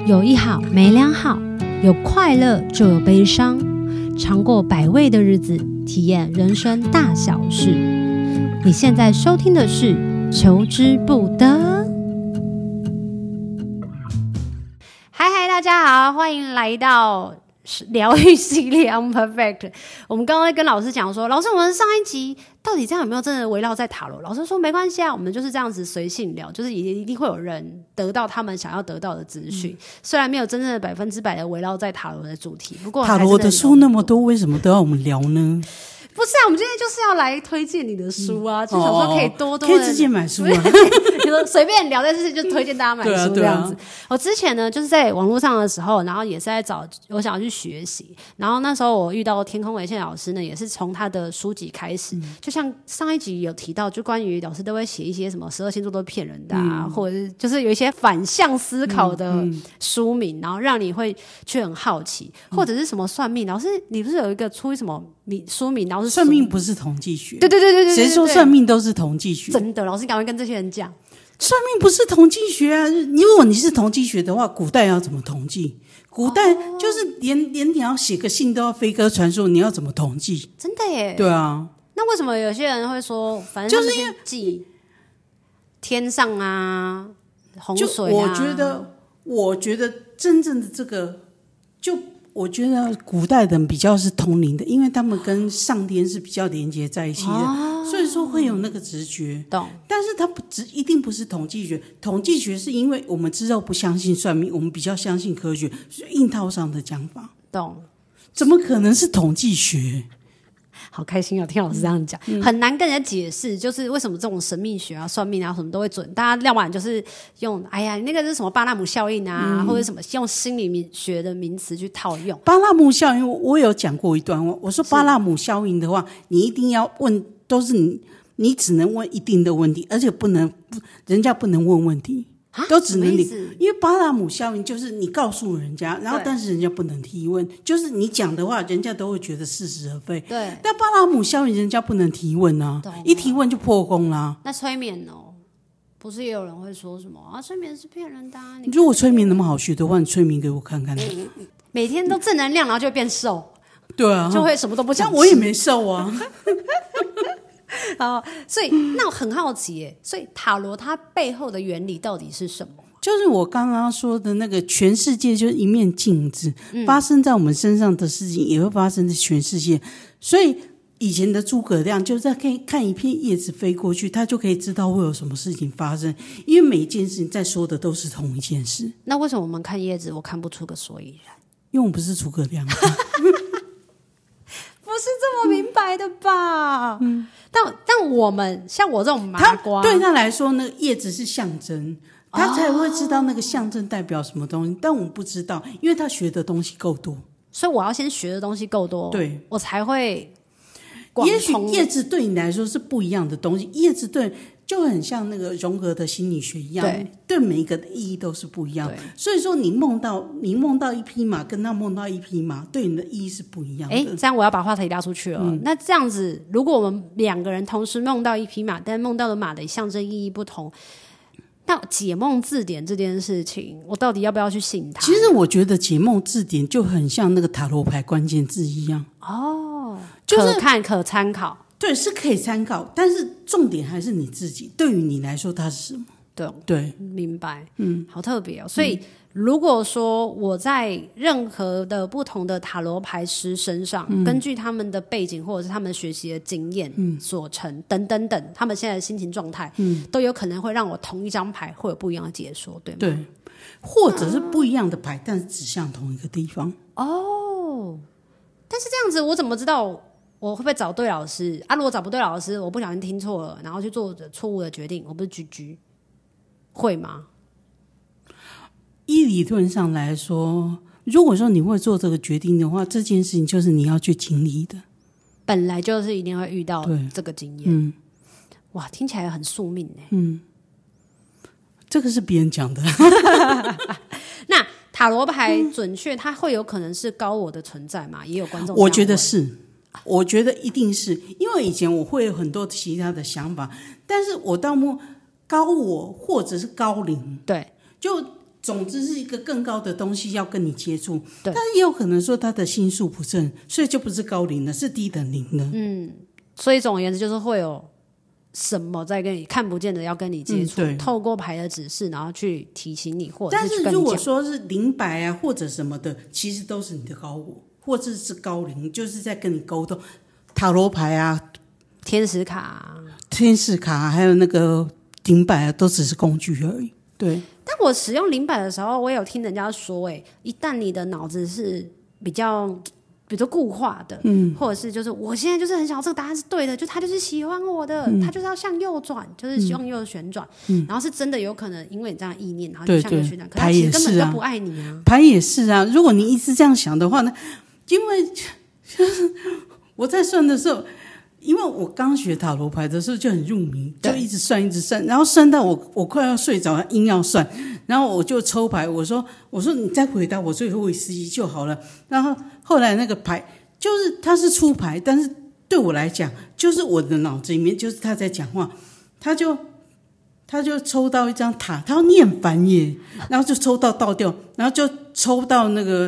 有一好没两好，有快乐就有悲伤，尝过百味的日子，体验人生大小事。你现在收听的是求之不得。嗨，大家好，欢迎来到疗愈系列 Unperfect。 我们刚刚跟老师讲说，老师我们上一集到底这样有没有真的围绕在塔罗？老师说没关系啊，我们就是这样子随性聊，就是一定会有人得到他们想要得到的资讯，虽然没有真正的100%的围绕在塔罗的主题，不过塔罗的书那么多，为什么都要我们聊呢？ 不是啊，我们今天就是要来推荐你的书啊，就想说可以多多的， 可以直接买书啊， 你说随便聊，但是就推荐大家买书这样子。我之前呢就是在网络上的时候，然后也是在找我想要去学习，然后那时候我遇到天空为线老师呢，也是从他的书籍开始，就像上一集有提到，就关于老师都会写一些什么12星座都是骗人的啊，或者就是有一些反向思考的书名，然后让你会去很好奇，或者是什么算命，老师你不是有一个出什么书名，然后是算命不是统计学， 对， 谁说算命都是统计学？ 真的，老师赶快跟这些人讲， 算命不是统计学啊！如果你是统计学的话，古代要怎么统计？古代就是连你要写个信都要飞鸽传书，你要怎么统计？ 真的耶！ 对啊， 那为什么有些人会说，反正就是记天上啊、洪水啊？ 我觉得真正的这个就。我觉得古代人比较是通灵的，因为他们跟上天是比较连接在一起的，所以说会有那个直觉。 懂。 但是它一定不是统计学，统计学是因为我们知道不相信算命，我们比较相信科学，是硬套上的讲法。 懂。 怎么可能是统计学？ 好开心啊！听老师这样讲，很难跟人家解释，就是为什么这种神秘学啊、算命啊什么都会准。大家要不然就是用哎呀，那个是什么巴纳姆效应啊，或者什么用心理学的名词去套用。 巴纳姆效应，我有讲过一段话，我说巴纳姆效应的话，你一定要问，都是你只能问一定的问题，而且人家不能问问题。都只能你，因为巴纳姆效应就是你告诉人家，然后但是人家不能提问，就是你讲的话，人家都会觉得似是而非。 对， 但巴纳姆效应人家不能提问啊，一提问就破功啦。 那催眠哦，不是也有人会说什么啊？催眠是骗人的啊！ 如果催眠那么好学的话，你催眠给我看看。 每天都正能量，然后就会变瘦。 对啊， 就会什么都不想吃。 但我也没瘦啊。 所以那我很好奇耶，所以塔罗它背后的原理到底是什么？ 就是我刚刚说的那个，全世界就是一面镜子，发生在我们身上的事情也会发生在全世界。所以以前的诸葛亮就在看一片叶子飞过去，他就可以知道会有什么事情发生，因为每一件事情在说的都是同一件事。 那为什么我们看叶子我看不出个所以然？ 因为我们不是诸葛亮。 不是这么明白的吧？但我们像我这种麻瓜， 对他来说，那个叶子是象征，他才会知道那个象征代表什么东西。但我们不知道，因为他学的东西够多， 所以我要先学的东西够多， 对我才会。 也许叶子对你来说是不一样的东西，叶子对就很像那个荣格的心理学一样，对每一个的意义都是不一样的。所以说你梦到一匹马，跟他梦到一匹马，对你的意义是不一样的。 这样我要把话题拉出去了。那这样子，如果我们两个人同时梦到一匹马，但梦到的马的象征意义不同，那解梦字典这件事情，我到底要不要去信它？ 其实我觉得解梦字典就很像那个塔罗牌关键字一样就是可看可参考。 对，是可以参考，但是重点还是你自己，对于你来说它是什么？对， 明白。好特别哦。所以如果说我在任何的不同的塔罗牌师身上，根据他们的背景或者是他们学习的经验所成等等等，他们现在的心情状态，都有可能会让我同一张牌会有不一样的解说，对吗？ 对，或者是不一样的牌，但是指向同一个地方。 但是这样子我怎么知道我会不会找对老师啊？如果找不对老师，我不小心听错了，然后去做错误的决定，我不是GG，会吗？ 依理论上来说，如果说你会做这个决定的话，这件事情就是你要去经历的， 本来就是一定会遇到这个经验。哇，听起来很宿命耶。 这个是别人讲的。 那塔罗牌准确，它会有可能是高我的存在吗？也有观众， 我觉得是。我觉得一定是，因为以前我会有很多其他的想法，但是我到高我或者是高龄， 对， 就总之是一个更高的东西要跟你接触， 对， 但也有可能说他的心术不正，所以就不是高灵的，是低等灵的。 所以总而言之就是会有什么在跟你看不见的要跟你接触，透过牌的指示，然后去提醒你，或者是去跟你讲。 但是如果说是灵摆啊或者什么的，其实都是你的高我，或者是高灵，就是在跟你沟通。塔罗牌啊， 天使卡、 还有那个灵摆啊，都只是工具而已。对。 但我使用灵摆的时候，我有听人家说，一旦你的脑子是比较固化的，或者是就是我现在就是很想要这个答案是对的，就他就是喜欢我的，他就是要向右转，就是向右旋转，然后是真的有可能因为你这样的意念，然后就向右旋转，可他其实根本就不爱你啊。 牌也是啊，如果你一直这样想的话呢，因为就是我在算的时候。因为我刚学塔罗牌的时候就很入迷，就一直算，然后算到我快要睡着，硬要算，然后我就抽牌，我说你再回答我最后一题就好了。然后后来那个牌就是他是出牌，但是对我来讲，就是我的脑子里面就是他在讲话，他就抽到一张塔，他要念梵耶，然后就抽到倒吊，然后就抽到那个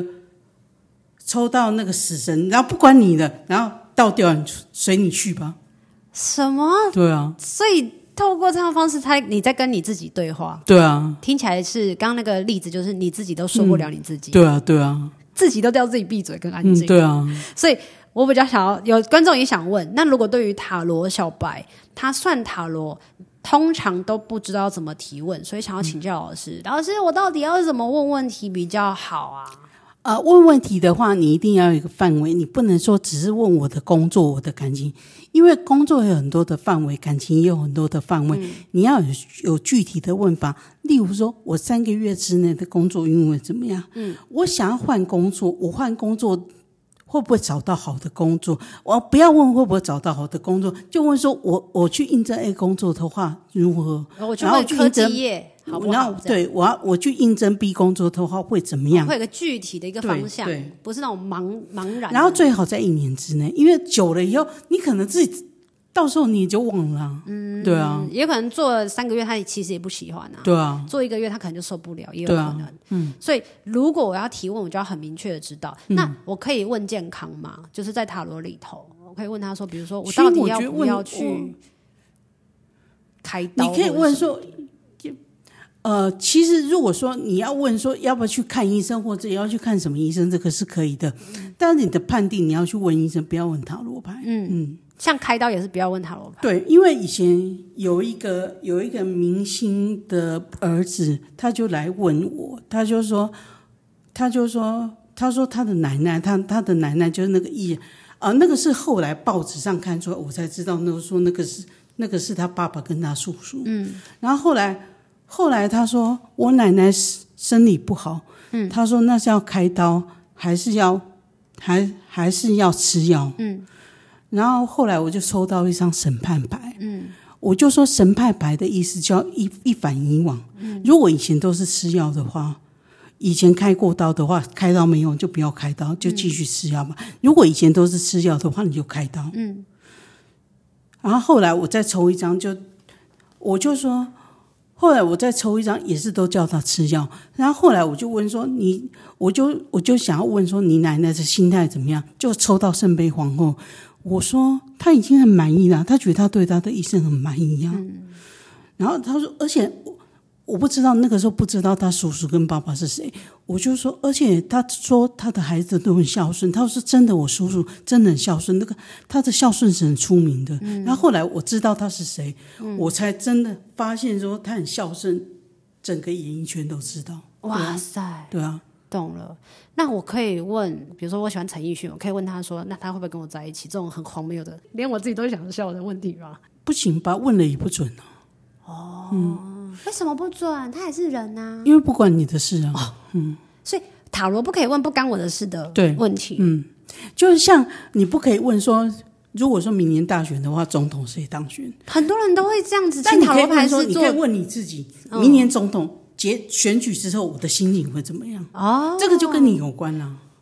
死神，然后不管你的，然后倒掉随你去吧。 什么？ 对啊， 所以透过这样的方式，你在跟你自己对话。 对啊， 听起来是刚刚那个例子，就是你自己都受不了你自己。 对啊， 自己都叫自己闭嘴跟安静。 对啊， 所以我比较想要有观众也想问，那如果对于塔罗小白，他算塔罗通常都不知道怎么提问，所以想要请教老师，老师我到底要怎么问问题比较好啊？ 问问题的话，你一定要有一个范围，你不能说只是问我的工作、我的感情，因为工作有很多的范围，感情也有很多的范围，你要有具体的问法。例如说，我3个月之内的工作运会怎么样？我想要换工作，我换工作会不会找到好的工作？我不要问会不会找到好的工作，就问说我去应征 A 工作的话如何？ 我去问科技业。好不好？ 然后对我去应征 B 工作的话会怎么样？ 会有个具体的一个方向，不是那种茫然。 然后最好在1年之内，因为久了以后，你可能自己到时候你也就忘了啊。对啊， 也可能做了3个月，他其实也不喜欢啊。 对啊， 做1个月他可能就受不了，也有可能。所以如果我要提问，我就要很明确的知道。那我可以问健康吗？就是在塔罗里头，我可以问他说，比如说我到底要不要去开刀？ 你可以问说。其实如果说你要问说要不要去看医生或者要去看什么医生，这个是可以的。但是你的判定你要去问医生，不要问塔罗牌。 像开刀也是不要问塔罗牌。 对，因为以前有一个明星的儿子，他就来问我，他说他的奶奶，他的奶奶就是那个艺人那个是后来报纸上看出来，我才知道说那个是他爸爸跟他叔叔。然后后来他说我奶奶生理不好，他说那是要开刀还是要吃药？然后后来我就抽到一张审判牌，我就说审判牌的意思叫一反以往。如果以前都是吃药的话，以前开过刀的话，开刀没用就不要开刀，就继续吃药吧。如果以前都是吃药的话，你就开刀。然后后来我再抽一张，我就说。后来我再抽一张，也是都叫他吃药。然后后来我就问说我就想要问说你奶奶的心态怎么样？就抽到圣杯皇后，我说他已经很满意了，他觉得他对他的医生很满意啊。然后他说，而且我不知道那个时候不知道他叔叔跟爸爸是谁，我就说，而且他说他的孩子都很孝顺，他说真的，我叔叔真的很孝顺，那个他的孝顺是很出名的。然后后来我知道他是谁，我才真的发现说他很孝顺，整个演艺圈都知道。 哇塞， 对啊， 懂了。那我可以问，比如说我喜欢陈奕迅，我可以问他说，那他会不会跟我在一起？这种很荒谬的，连我自己都想笑的问题吗？ 不行吧，问了也不准为什么不准？他还是人啊， 因为不关你的事啊。 所以塔罗不可以问不干我的事的问题。 就是像你不可以问说，如果说明年大选的话，总统谁当选？ 很多人都会这样子。 但你可以问说，你可以问你自己，明年总统选举之后，我的心情会怎么样？这个就跟你有关啦。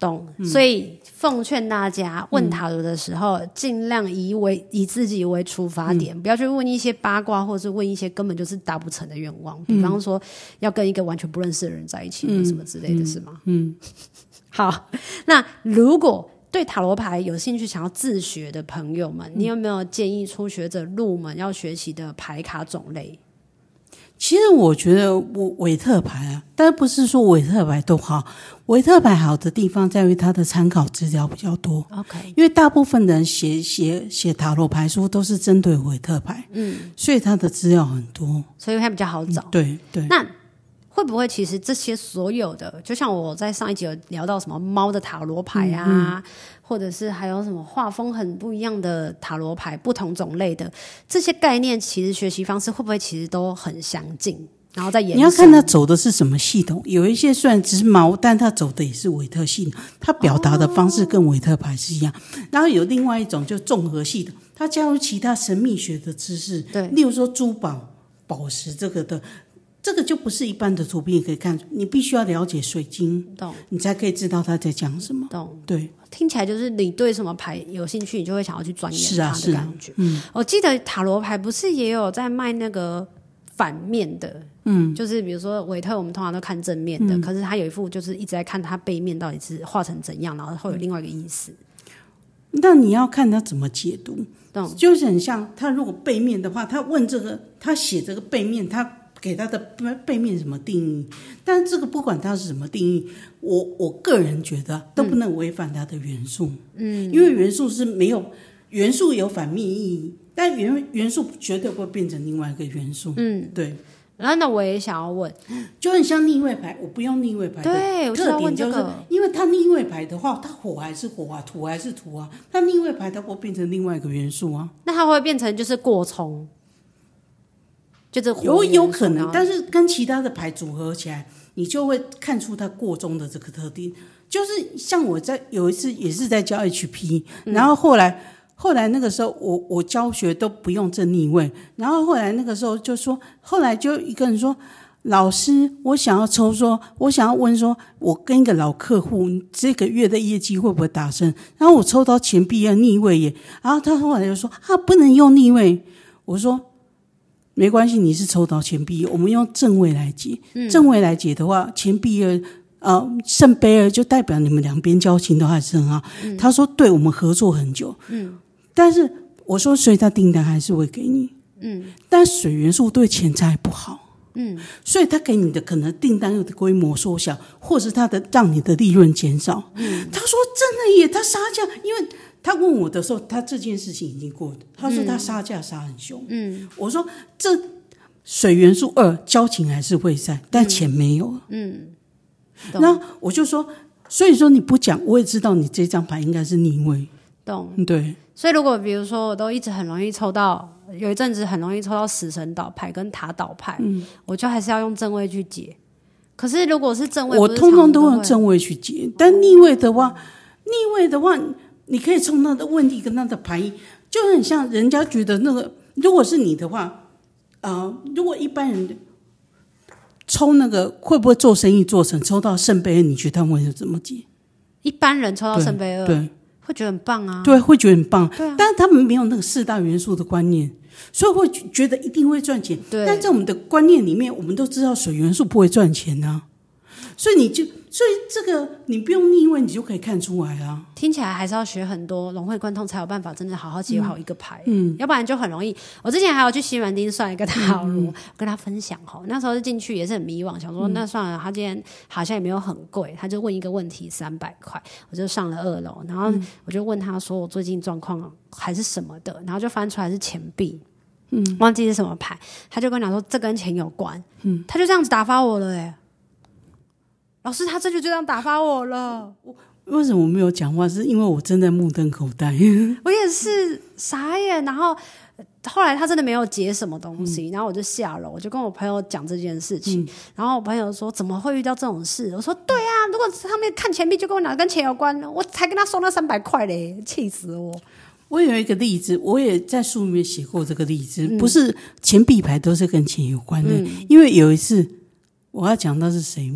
懂。所以奉劝大家问塔罗的时候，尽量以自己为出发点，不要去问一些八卦，或者是问一些根本就是达不成的愿望，比方说要跟一个完全不认识的人在一起，什么之类的，是吗？好，那如果对塔罗牌有兴趣想要自学的朋友们，你有没有建议初学者入门要学习的牌卡种类？ 其实我觉得韦特牌啊，但不是说韦特牌都好，韦特牌好的地方在于它的参考资料比较多。 OK， 因为大部分人写塔罗牌书都是针对韦特牌，所以它的资料很多， 所以它比较好找。 对对。 那会不会其实这些所有的，就像我在上一集有聊到什么猫的塔罗牌啊，或者是还有什么画风很不一样的塔罗牌，不同种类的这些概念，其实学习方式会不会其实都很相近？然后再延伸， 你要看他走的是什么系统，有一些虽然只是猫，但他走的也是韦特系统，他表达的方式跟韦特牌是一样。然后有另外一种就综合系统，他加入其他神秘学的知识， 对， 例如说珠宝、宝石这个的。这个就不是一般的图片可以看，你必须要了解水晶， 懂， 你才可以知道他在讲什么。 懂， 对， 听起来就是你对什么牌有兴趣，你就会想要去钻研它的感觉。我记得塔罗牌不是也有在卖那个反面的，就是比如说韦特，我们通常都看正面的，可是他有一副就是一直在看它背面到底是画成怎样，然后会有另外一个意思。 那你要看他怎么解读，就是很像他如果背面的话，他问这个，他写这个背面，他给他的背面什么定义？但是这个不管它是什么定义，我个人觉得都不能违反它的元素。因为元素是没有元素有反面意义，但元素绝对不会变成另外一个元素。对。 那我也想要问， 就很像逆位牌，我不用逆位牌的特点就是，因为它逆位牌的话，它火还是火啊，土还是土啊，它逆位牌它会变成另外一个元素啊。 那它会变成就是过冲？就是有可能，但是跟其他的牌组合起来，你就会看出它过中的这个特点。就是像我有一次也是在教 HP，然后后来那个时候我教学都不用正逆位，然后后来那个时候就说，后来就一个人说，老师，我想要问说，我跟一个老客户这个月的业绩会不会达成？然后我抽到钱币要逆位耶，然后他后来就说不能用逆位，我说。没关系，你是抽到钱币，我们用正位来解。正位来解的话，钱币圣杯二就代表你们两边交情都还是很好。他说对，我们合作很久。但是我说所以他订单还是会给你。但水元素对钱财不好。所以他给你的可能订单的规模缩小，或是他的让你的利润减少。他说真的耶，他杀价，因为他问我的时候，他这件事情已经过了。他说他杀价杀很凶。我说这水元素2交情还是会在，但钱没有了。那我就说，所以说你不讲，我也知道你这张牌应该是逆位。 懂， 对。 所以如果比如说我都一直很容易抽到，有一阵子很容易抽到死神岛牌跟塔岛牌，我就还是要用正位去解。可是如果是正位， 我通通都用正位去解。但逆位的话，你可以从他的问题跟他的牌意，就很像人家觉得那个，如果是你的话，如果一般人抽那个会不会做生意做成，抽到圣杯二，你觉得他们会怎么解？一般人抽到圣杯二， 对， 会觉得很棒啊， 对，会觉得很棒。但是他们没有那个4大元素的观念，所以会觉得一定会赚钱。但在我们的观念里面，我们都知道水元素不会赚钱啊，所以这个你不用逆位，你就可以看出来啊。 听起来还是要学很多融会贯通，才有办法真的好好解好一个牌。要不然就很容易。我之前还有去西门町算一个塔罗，跟他分享那时候进去也是很迷惘，想说那算了，他今天好像也没有很贵，他就问一个问题300块，我就上了2楼，然后我就问他说我最近状况还是什么的，然后就翻出来是钱币。忘记是什么牌，他就跟我讲说这跟钱有关，他就这样子打发我了耶。老师，他这就这样打发我了。 为什么我没有讲话？是因为我正在目瞪口呆。 我也是傻眼。然后后来他真的没有解什么东西，然后我就下楼，我就跟我朋友讲这件事情。然后我朋友说怎么会遇到这种事？我说对啊，如果上面看钱币就跟我哪跟钱有关，我才跟他收那300块嘞，气死我。 我有一个例子，我也在书里面写过这个例子，不是钱币牌都是跟钱有关的。因为有一次我要讲到是谁吗？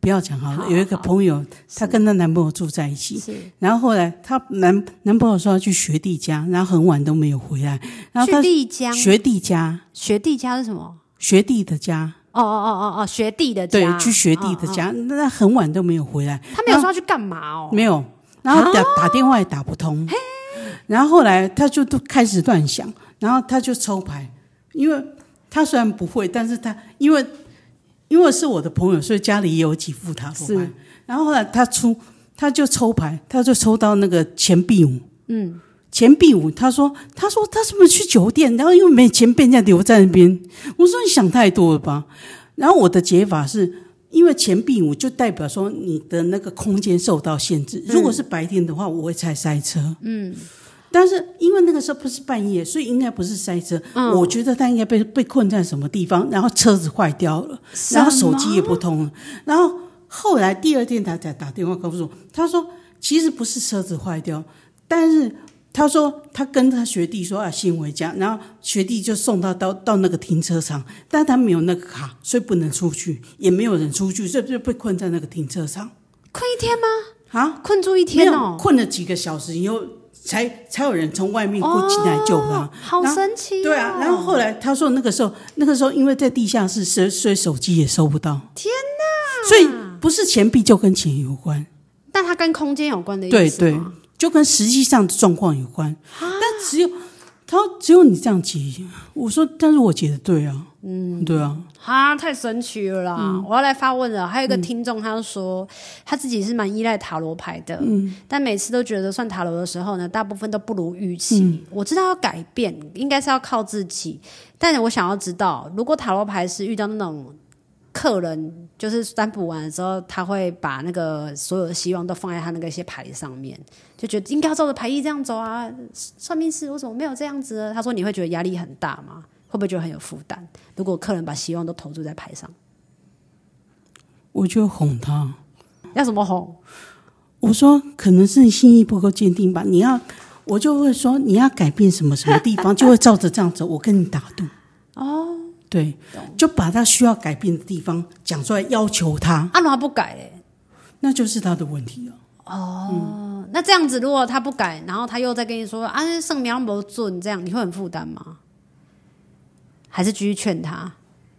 不要讲好了。有一个朋友，她跟她男朋友住在一起，然后后来她男朋友说要去学弟家，然后很晚都没有回来。然后去弟家， 学弟家， 学弟家是什么？ 学弟的家。 学弟的家， 对，去学弟的家，那很晚都没有回来。 他没有说要去干嘛哦？ 没有，然后打电话也打不通。然后后来他就都开始乱想，然后他就抽牌，因为他虽然不会，但是他因为是我的朋友，所以家里也有几副塔罗牌。然后后来他就抽牌，他就抽到那个钱币五，钱币五，他说他是不是去酒店，然后因为没钱被人家留在那边。我说你想太多了吧。然后我的解法是，因为钱币五就代表说你的那个空间受到限制。如果是白天的话，我会猜塞车。但是因为那个时候不是半夜，所以应该不是塞车。我觉得他应该被困在什么地方，然后车子坏掉了，然后手机也不通了。然后后来第二天他才打电话告诉我，他说其实不是车子坏掉，但是他说他跟他学弟说先回家，然后学弟就送他到那个停车场，但他没有那个卡，所以不能出去，也没有人出去，所以就被困在那个停车场。 困一天吗？困住一天哦？ 没有，困了几个小时以后才有人从外面过进来救他。 好神奇。 对啊，然后后来他说那个时候因为在地下室，所以手机也收不到。 天哪！ 所以不是钱币就跟钱有关， 但它跟空间有关的意思吗？ 对对，就跟实际上的状况有关。但只有你这样解，我说，但是我解的对啊，对啊， 太神奇了啦！我要来发问了。还有一个听众，他就说他自己是蛮依赖塔罗牌的，但每次都觉得算塔罗的时候呢，大部分都不如预期。我知道要改变，应该是要靠自己，但我想要知道，如果塔罗牌是遇到那种客人就是占卜完了之后，他会把那个所有的希望都放在他那个一些牌上面，就觉得应该要照着牌意这样走啊。算命师为什么没有这样子呢？他说你会觉得压力很大吗？会不会觉得很有负担？如果客人把希望都投注在牌上， 我就哄他。 要怎么哄？ 我说可能是你心意不够坚定吧。我就会说你要改变什么什么地方，就会照着这样走。我跟你打赌。对，就把他需要改变的地方讲出来，要求他。 如果他不改嘞， 那就是他的问题了。 那这样子，如果他不改，然后他又再跟你说圣苗没准，这样你会很负担吗？还是继续劝他？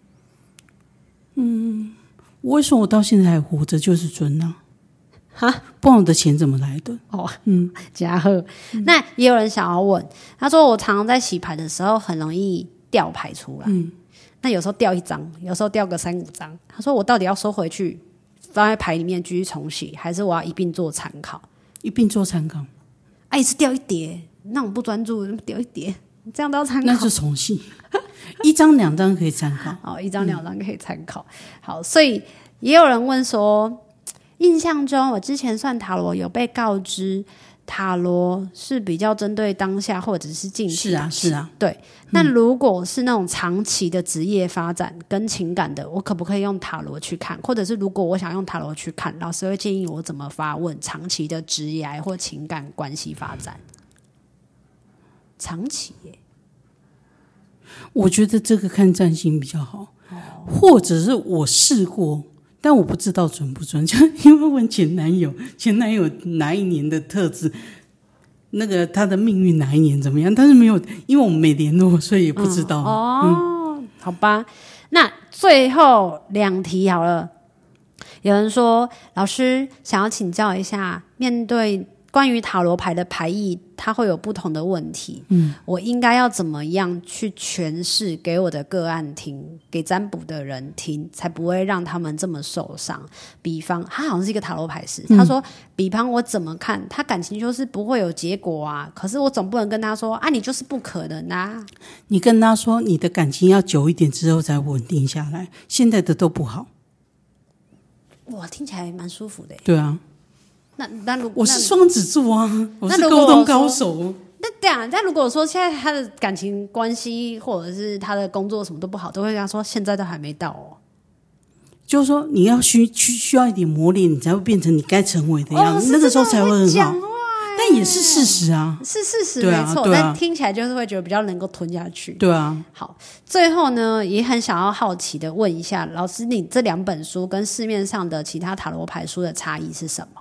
我会说我到现在还活着就是准啊。不然我的钱怎么来的？ 嘉禾。那也有人想要问，他说我常常在洗牌的时候很容易掉牌出来。那有时候掉一张，有时候掉个3-5张。他说我到底要收回去放在牌里面继续重洗，还是我要一并做参考？ 一并做参考。 一次掉一叠，那我不专注，掉一叠，这样都要参考？ 那就重洗。1张2张可以参考。 1张2张可以参考。好，所以也有人问说，印象中我之前算塔罗有被告知塔罗是比较针对当下或者是近期。 是啊。 对。那如果是那种长期的职业发展跟情感的，我可不可以用塔罗去看？或者是如果我想用塔罗去看，老师会建议我怎么发问？长期的职业或情感关系发展，长期耶。 我觉得这个看占星比较好。或者是我试过，但我不知道准不准，就因为问前男友哪一年的特质，那个他的命运哪一年怎么样，但是没有，因为我们没联络，所以也不知道。 好吧。那最后2题好了。有人说，老师想要请教一下，面对关于塔罗牌的牌意，它会有不同的问题。我应该要怎么样去诠释给我的个案听，给占卜的人听，才不会让他们这么受伤？比方，他好像是一个塔罗牌师，他说，比方我怎么看，他感情就是不会有结果啊，可是我总不能跟他说你就是不可能啊。 你跟他说你的感情要久一点之后才稳定下来，现在的都不好。 哇，听起来蛮舒服的。 对啊。 那如果我是双子座啊，我是沟通高手。 那如果说现在他的感情关系或者是他的工作什么都不好，都会跟他说现在都还没到哦。 就是说你要需要一点磨练，你才会变成你该成为的样子，那个时候才会很好。 但也是事实啊， 是事实， 对啊， 没错， 对啊， 但听起来就是会觉得比较能够吞下去。 对啊。 好，最后呢，也很想要好奇的问一下老师，你这2本书跟市面上的其他塔罗牌书的差异是什么？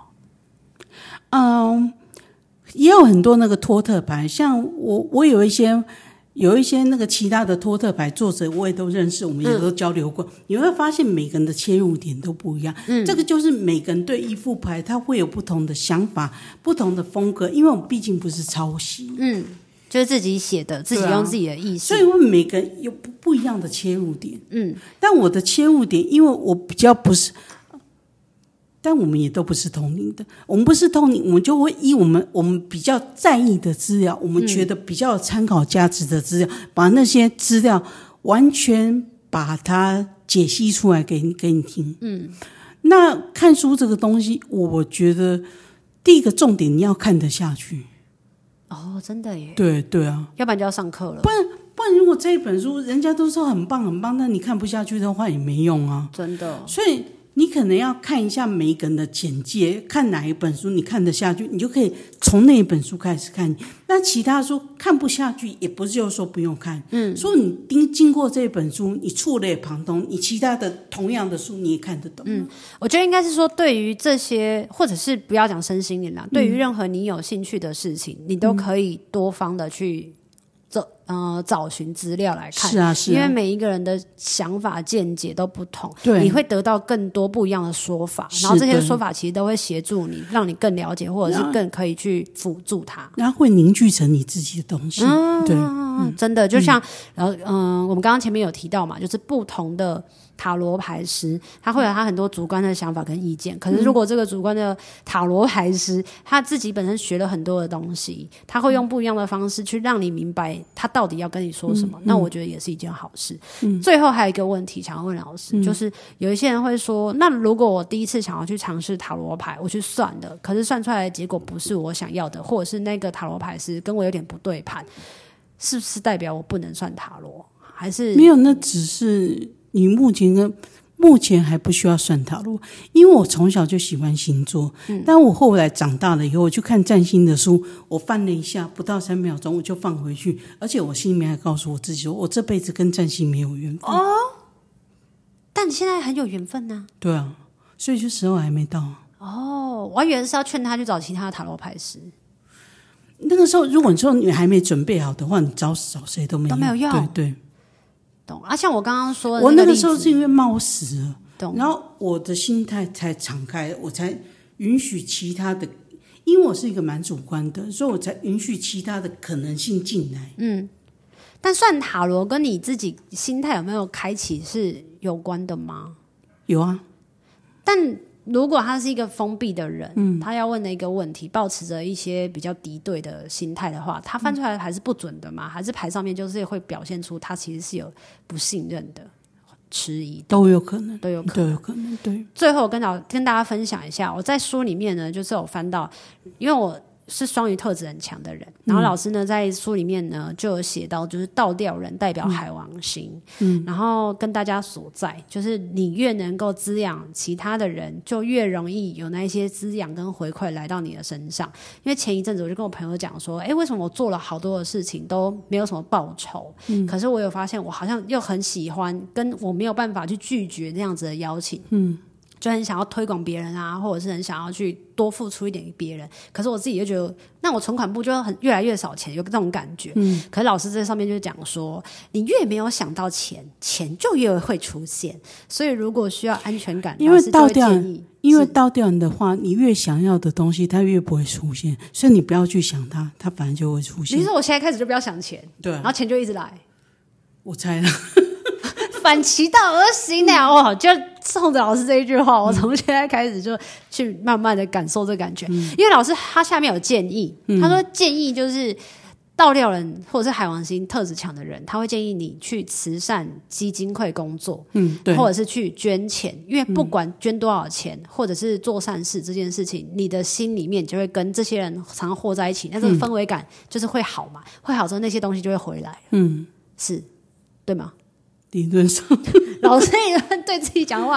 也有很多那个托特牌，像我有一些那个其他的托特牌作者我也都认识，我们也都交流过。你会发现每个人的切入点都不一样，这个就是每个人对一副牌他会有不同的想法、不同的风格，因为我们毕竟不是抄袭， 就是自己写的，自己用自己的意思， 所以我们每个人有不一样的切入点。但我的切入点，因为我比较不是。但我们也都不是通灵的，我们不是通灵，我们就会依我们比较在意的资料，我们觉得比较有参考价值的资料，把那些资料完全把它解析出来给你听。那看书这个东西，我觉得第一个重点你要看得下去。 哦，真的耶。 对啊， 要不然就要上课了。 不然如果这一本书人家都说很棒很棒，那你看不下去的话也没用啊。 真的。 所以你可能要看一下每一个人的简介，看哪一本书你看得下去，你就可以从那一本书开始看。那其他书看不下去，也不是就说不用看。所以你经过这本书，你触类旁通，你其他的同样的书你也看得懂。 我觉得应该是说，对于这些，或者是不要讲身心灵啦，对于任何你有兴趣的事情，你都可以多方的去找寻资料来看。 是啊， 因为每一个人的想法见解都不同， 对， 你会得到更多不一样的说法，然后这些说法其实都会协助你，让你更了解，或者是更可以去辅助它， 然后会凝聚成你自己的东西。对， 真的就像我们刚刚前面有提到嘛，就是不同的塔罗牌师他会有他很多主观的想法跟意见，可是如果这个主观的塔罗牌师他自己本身学了很多的东西，他会用不一样的方式去让你明白他到底要跟你说什么，那我觉得也是一件好事。最后还有一个问题想要问老师，就是有一些人会说，那如果我第一次想要去尝试塔罗牌，我去算了，可是算出来的结果不是我想要的，或者是那个塔罗牌师跟我有点不对盘，是不是代表我不能算塔罗？还是没有，那只是你目前还不需要算塔罗，因为我从小就喜欢星座。但我后来长大了以后，我去看占星的书，我翻了一下，不到3秒钟我就放回去，而且我心里面还告诉我自己说，我这辈子跟占星没有缘分。 但你现在很有缘分啊。 对啊，所以就时候还没到。 我还以为是要劝他去找其他的塔罗牌师。 那个时候，如果你说你还没准备好的话，你找谁都没用。对， 懂啊。像我刚刚说的， 我那个时候是因为冒死了， 懂。 然后我的心态才敞开，我才允许其他的，因为我是一个蛮主观的，所以我才允许其他的可能性进来。 但算塔罗跟你自己心态有没有开启是有关的吗？ 有啊。 但如果他是一个封闭的人，他要问的一个问题，抱持着一些比较敌对的心态的话，他翻出来还是不准的吗？还是牌上面就是会表现出他其实是有不信任的、迟疑的？ 都有可能。对。 最后跟大家分享一下，我在书里面呢，就是有翻到，因为我是双鱼特质很强的人，然后老师呢在书里面呢就有写到，就是倒吊人代表海王星，然后跟大家所在，就是你越能够滋养其他的人，就越容易有那一些滋养跟回馈来到你的身上。因为前一阵子我就跟我朋友讲说，为什么我做了好多的事情都没有什么报酬，可是我有发现我好像又很喜欢，跟我没有办法去拒绝这样子的邀请，就很想要推广别人啊，或者是很想要去多付出一点给别人，可是我自己就觉得，那我存款簿就越来越少钱，有这种感觉。可是老师在上面就讲说，你越没有想到钱就越会出现。所以如果需要安全感， 因为倒吊人的话，你越想要的东西，它越不会出现。所以你不要去想它，它反而就会出现。 你说我现在开始就不要想钱， 对， 然后钱就一直来。 我猜了。 反其道而行呢，就冲着老师这一句话，我从现在开始就去慢慢的感受这感觉。因为老师他下面有建议，他说建议就是倒吊人或者是海王星特质强的人，他会建议你去慈善基金会工作，对，或者是去捐钱，因为不管捐多少钱，或者是做善事这件事情，你的心里面就会跟这些人常常和在一起，那这个氛围感就是会好嘛，会好之后那些东西就会回来，是对吗？ 理论上老师对自己讲话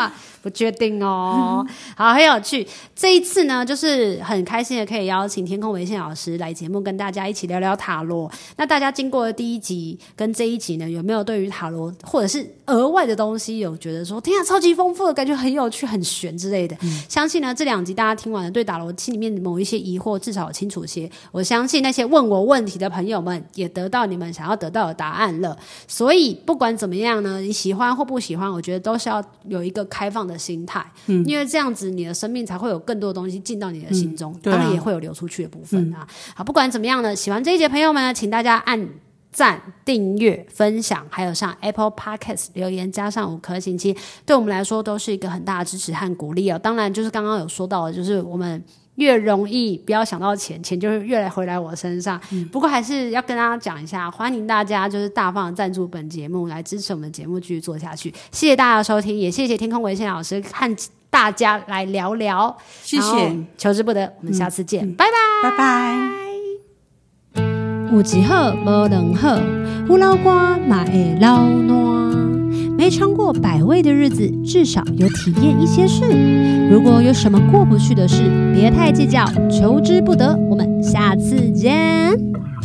不确定哦。好，很有趣。这一次呢，就是很开心的可以邀请天空为宪老师来节目，跟大家一起聊聊塔罗。那大家经过了第一集跟这一集呢，有没有对于塔罗或者是额外的东西有觉得说，天啊，超级丰富的感觉，很有趣、很玄之类的？相信呢，这2集大家听完了，对塔罗心里面某一些疑惑至少有清楚些。我相信那些问我问题的朋友们，也得到你们想要得到的答案了。所以不管怎么样呢，你喜欢或不喜欢，我觉得都是要有一个开放的心态，因为这样子你的生命才会有更多的东西进到你的心中，当然也会有流出去的部分啊。好，不管怎么样呢，喜欢这一节朋友们呢，请大家按赞、订阅、分享，还有上 Apple Podcast 留言加上5颗星星，对我们来说都是一个很大的支持和鼓励哦。当然就是刚刚有说到的，就是我们越容易不要想到钱，钱就会越来回来我身上。不过还是要跟大家讲一下，欢迎大家就是大方的赞助本节目，来支持我们的节目继续做下去。谢谢大家的收听，也谢谢天空为宪老师和大家来聊聊。 谢谢， 求之不得，我们下次见，拜拜， 拜拜。 有一好无两好，有老瓜嘛会老烂。没尝过百味的日子，至少有体验一些事。如果有什么过不去的事，别太计较，求之不得。我们下次见。